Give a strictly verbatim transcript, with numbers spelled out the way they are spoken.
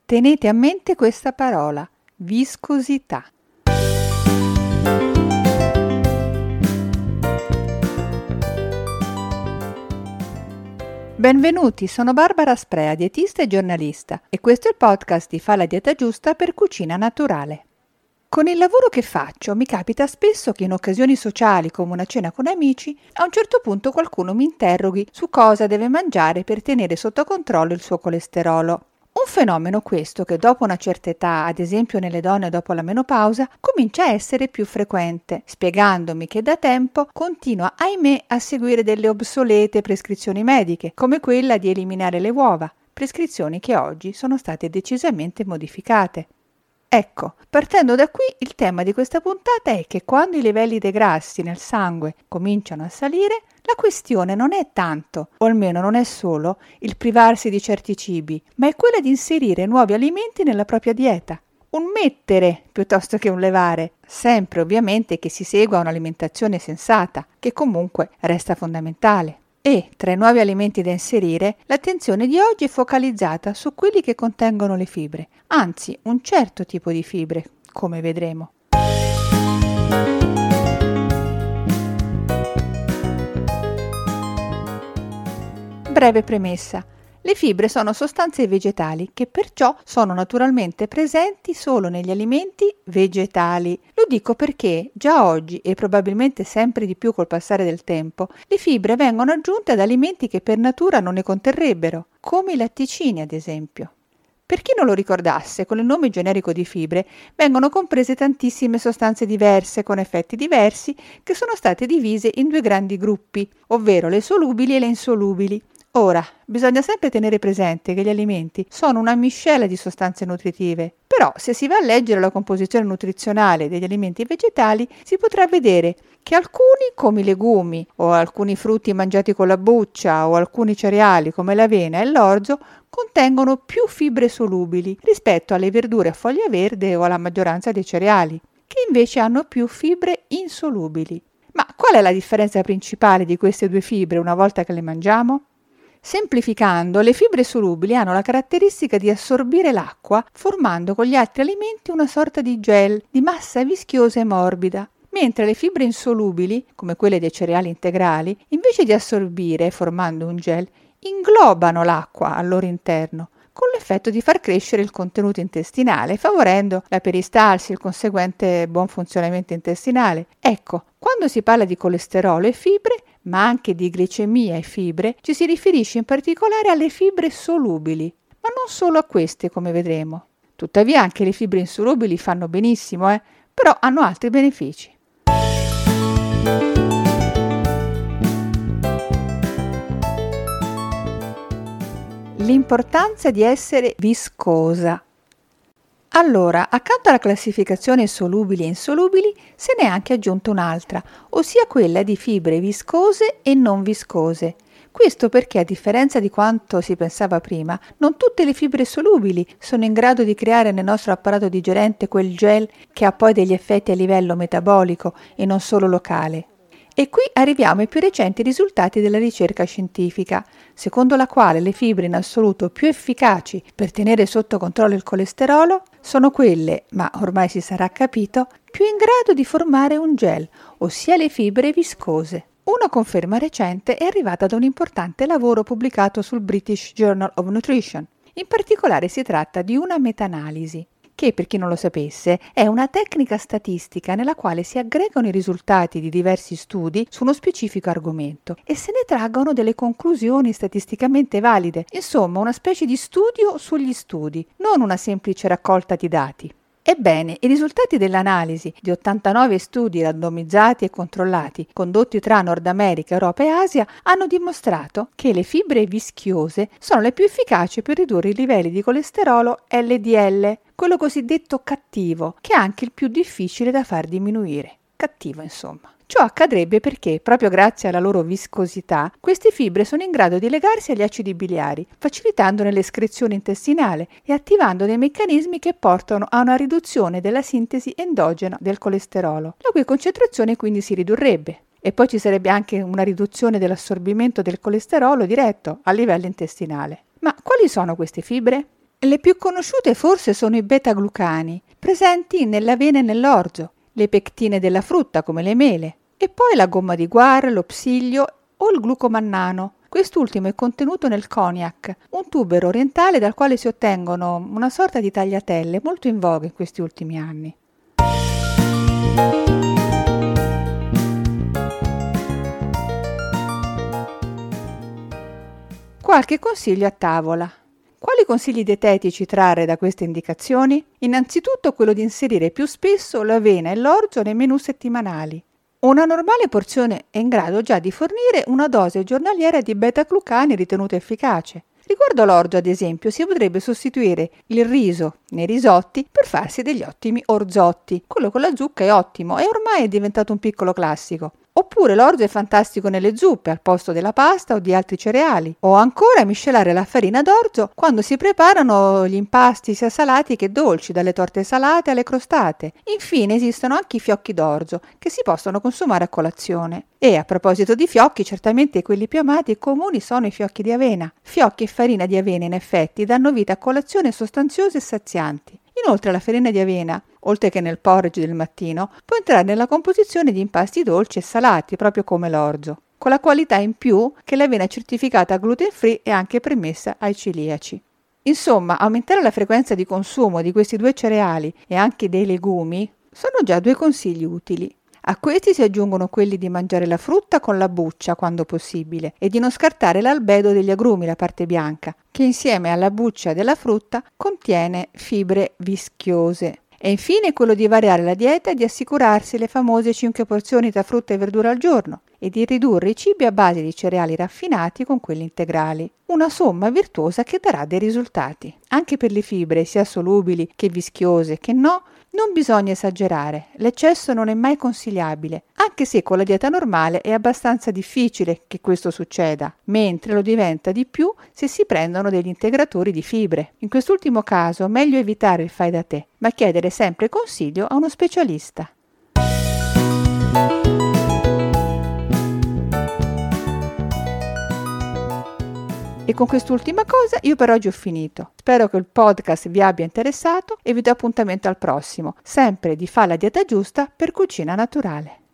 Tenete a mente questa parola, viscosità. Benvenuti, sono Barbara Sprea, dietista e giornalista, e questo è il podcast di Fa la dieta giusta per cucina naturale. Con il lavoro che faccio mi capita spesso che in occasioni sociali come una cena con amici, a un certo punto qualcuno mi interroghi su cosa deve mangiare per tenere sotto controllo il suo colesterolo. Un fenomeno questo che dopo una certa età, ad esempio nelle donne dopo la menopausa, comincia a essere più frequente, spiegandomi che da tempo continua, ahimè, a seguire delle obsolete prescrizioni mediche, come quella di eliminare le uova, prescrizioni che oggi sono state decisamente modificate. Ecco, partendo da qui, il tema di questa puntata è che quando i livelli dei grassi nel sangue cominciano a salire, la questione non è tanto, o almeno non è solo, il privarsi di certi cibi, ma è quella di inserire nuovi alimenti nella propria dieta. Un mettere piuttosto che un levare, sempre ovviamente che si segua un'alimentazione sensata, che comunque resta fondamentale. E, tra i nuovi alimenti da inserire, l'attenzione di oggi è focalizzata su quelli che contengono le fibre, anzi un certo tipo di fibre, come vedremo. Breve premessa. Le fibre sono sostanze vegetali che perciò sono naturalmente presenti solo negli alimenti vegetali. Lo dico perché già oggi e probabilmente sempre di più col passare del tempo, le fibre vengono aggiunte ad alimenti che per natura non ne conterrebbero, come i latticini ad esempio. Per chi non lo ricordasse, con il nome generico di fibre vengono comprese tantissime sostanze diverse con effetti diversi che sono state divise in due grandi gruppi, ovvero le solubili e le insolubili. Ora, bisogna sempre tenere presente che gli alimenti sono una miscela di sostanze nutritive, però se si va a leggere la composizione nutrizionale degli alimenti vegetali si potrà vedere che alcuni, come i legumi o alcuni frutti mangiati con la buccia o alcuni cereali come l'avena e l'orzo, contengono più fibre solubili rispetto alle verdure a foglia verde o alla maggioranza dei cereali, che invece hanno più fibre insolubili. Ma qual è la differenza principale di queste due fibre una volta che le mangiamo? Semplificando, le fibre solubili hanno la caratteristica di assorbire l'acqua formando con gli altri alimenti una sorta di gel di massa vischiosa e morbida, mentre le fibre insolubili, come quelle dei cereali integrali, invece di assorbire formando un gel, inglobano l'acqua al loro interno, con l'effetto di far crescere il contenuto intestinale, favorendo la peristalsi e il conseguente buon funzionamento intestinale. Ecco, quando si parla di colesterolo e fibre, ma anche di glicemia e fibre, ci si riferisce in particolare alle fibre solubili, ma non solo a queste, come vedremo. Tuttavia anche le fibre insolubili fanno benissimo, eh? Però hanno altri benefici. L'importanza di essere viscosa. Allora, accanto alla classificazione solubili e insolubili, se ne è anche aggiunta un'altra, ossia quella di fibre viscose e non viscose. Questo perché, a differenza di quanto si pensava prima, non tutte le fibre solubili sono in grado di creare nel nostro apparato digerente quel gel che ha poi degli effetti a livello metabolico e non solo locale. E qui arriviamo ai più recenti risultati della ricerca scientifica, secondo la quale le fibre in assoluto più efficaci per tenere sotto controllo il colesterolo sono quelle, ma ormai si sarà capito, più in grado di formare un gel, ossia le fibre viscose. Una conferma recente è arrivata da un importante lavoro pubblicato sul British Journal of Nutrition. In particolare si tratta di una meta-analisi, che, per chi non lo sapesse, è una tecnica statistica nella quale si aggregano i risultati di diversi studi su uno specifico argomento e se ne traggono delle conclusioni statisticamente valide, insomma una specie di studio sugli studi, non una semplice raccolta di dati. Ebbene, i risultati dell'analisi di ottantanove studi randomizzati e controllati, condotti tra Nord America, Europa e Asia, hanno dimostrato che le fibre vischiose sono le più efficaci per ridurre i livelli di colesterolo L D L, quello cosiddetto cattivo, che è anche il più difficile da far diminuire. Cattivo, insomma. Ciò accadrebbe perché, proprio grazie alla loro viscosità, queste fibre sono in grado di legarsi agli acidi biliari, facilitandone l'escrezione intestinale e attivando dei meccanismi che portano a una riduzione della sintesi endogena del colesterolo, la cui concentrazione quindi si ridurrebbe. E poi ci sarebbe anche una riduzione dell'assorbimento del colesterolo diretto a livello intestinale. Ma quali sono queste fibre? Le più conosciute forse sono i beta-glucani, presenti nell'avena e nell'orzo, le pectine della frutta come le mele, e poi la gomma di guar, lo psilio o il glucomannano. Quest'ultimo è contenuto nel cognac, un tubero orientale dal quale si ottengono una sorta di tagliatelle molto in voga in questi ultimi anni. Qualche consiglio a tavola. Quali consigli dietetici trarre da queste indicazioni? Innanzitutto quello di inserire più spesso l'avena e l'orzo nei menù settimanali. Una normale porzione è in grado già di fornire una dose giornaliera di beta-glucani ritenuta efficace. Riguardo l'orzo, ad esempio, si potrebbe sostituire il riso nei risotti per farsi degli ottimi orzotti. Quello con la zucca è ottimo e ormai è diventato un piccolo classico. Oppure l'orzo è fantastico nelle zuppe al posto della pasta o di altri cereali. O ancora miscelare la farina d'orzo quando si preparano gli impasti sia salati che dolci, dalle torte salate alle crostate. Infine esistono anche i fiocchi d'orzo che si possono consumare a colazione. E a proposito di fiocchi, certamente quelli più amati e comuni sono i fiocchi di avena. Fiocchi e farina di avena in effetti danno vita a colazioni sostanziose e sazianti. Inoltre la farina di avena, oltre che nel porridge del mattino, può entrare nella composizione di impasti dolci e salati, proprio come l'orzo, con la qualità in più che l'avena certificata gluten free è anche permessa ai celiaci. Insomma, aumentare la frequenza di consumo di questi due cereali e anche dei legumi sono già due consigli utili. A questi si aggiungono quelli di mangiare la frutta con la buccia quando possibile e di non scartare l'albedo degli agrumi, la parte bianca, che insieme alla buccia della frutta contiene fibre vischiose. E infine quello di variare la dieta e di assicurarsi le famose cinque porzioni tra frutta e verdura al giorno e di ridurre i cibi a base di cereali raffinati con quelli integrali. Una somma virtuosa che darà dei risultati. Anche per le fibre, sia solubili che vischiose che no, non bisogna esagerare, l'eccesso non è mai consigliabile, anche se con la dieta normale è abbastanza difficile che questo succeda, mentre lo diventa di più se si prendono degli integratori di fibre. In quest'ultimo caso meglio evitare il fai da te, ma chiedere sempre consiglio a uno specialista. E con quest'ultima cosa io per oggi ho finito. Spero che il podcast vi abbia interessato e vi do appuntamento al prossimo, sempre di Fa la dieta giusta per cucina naturale.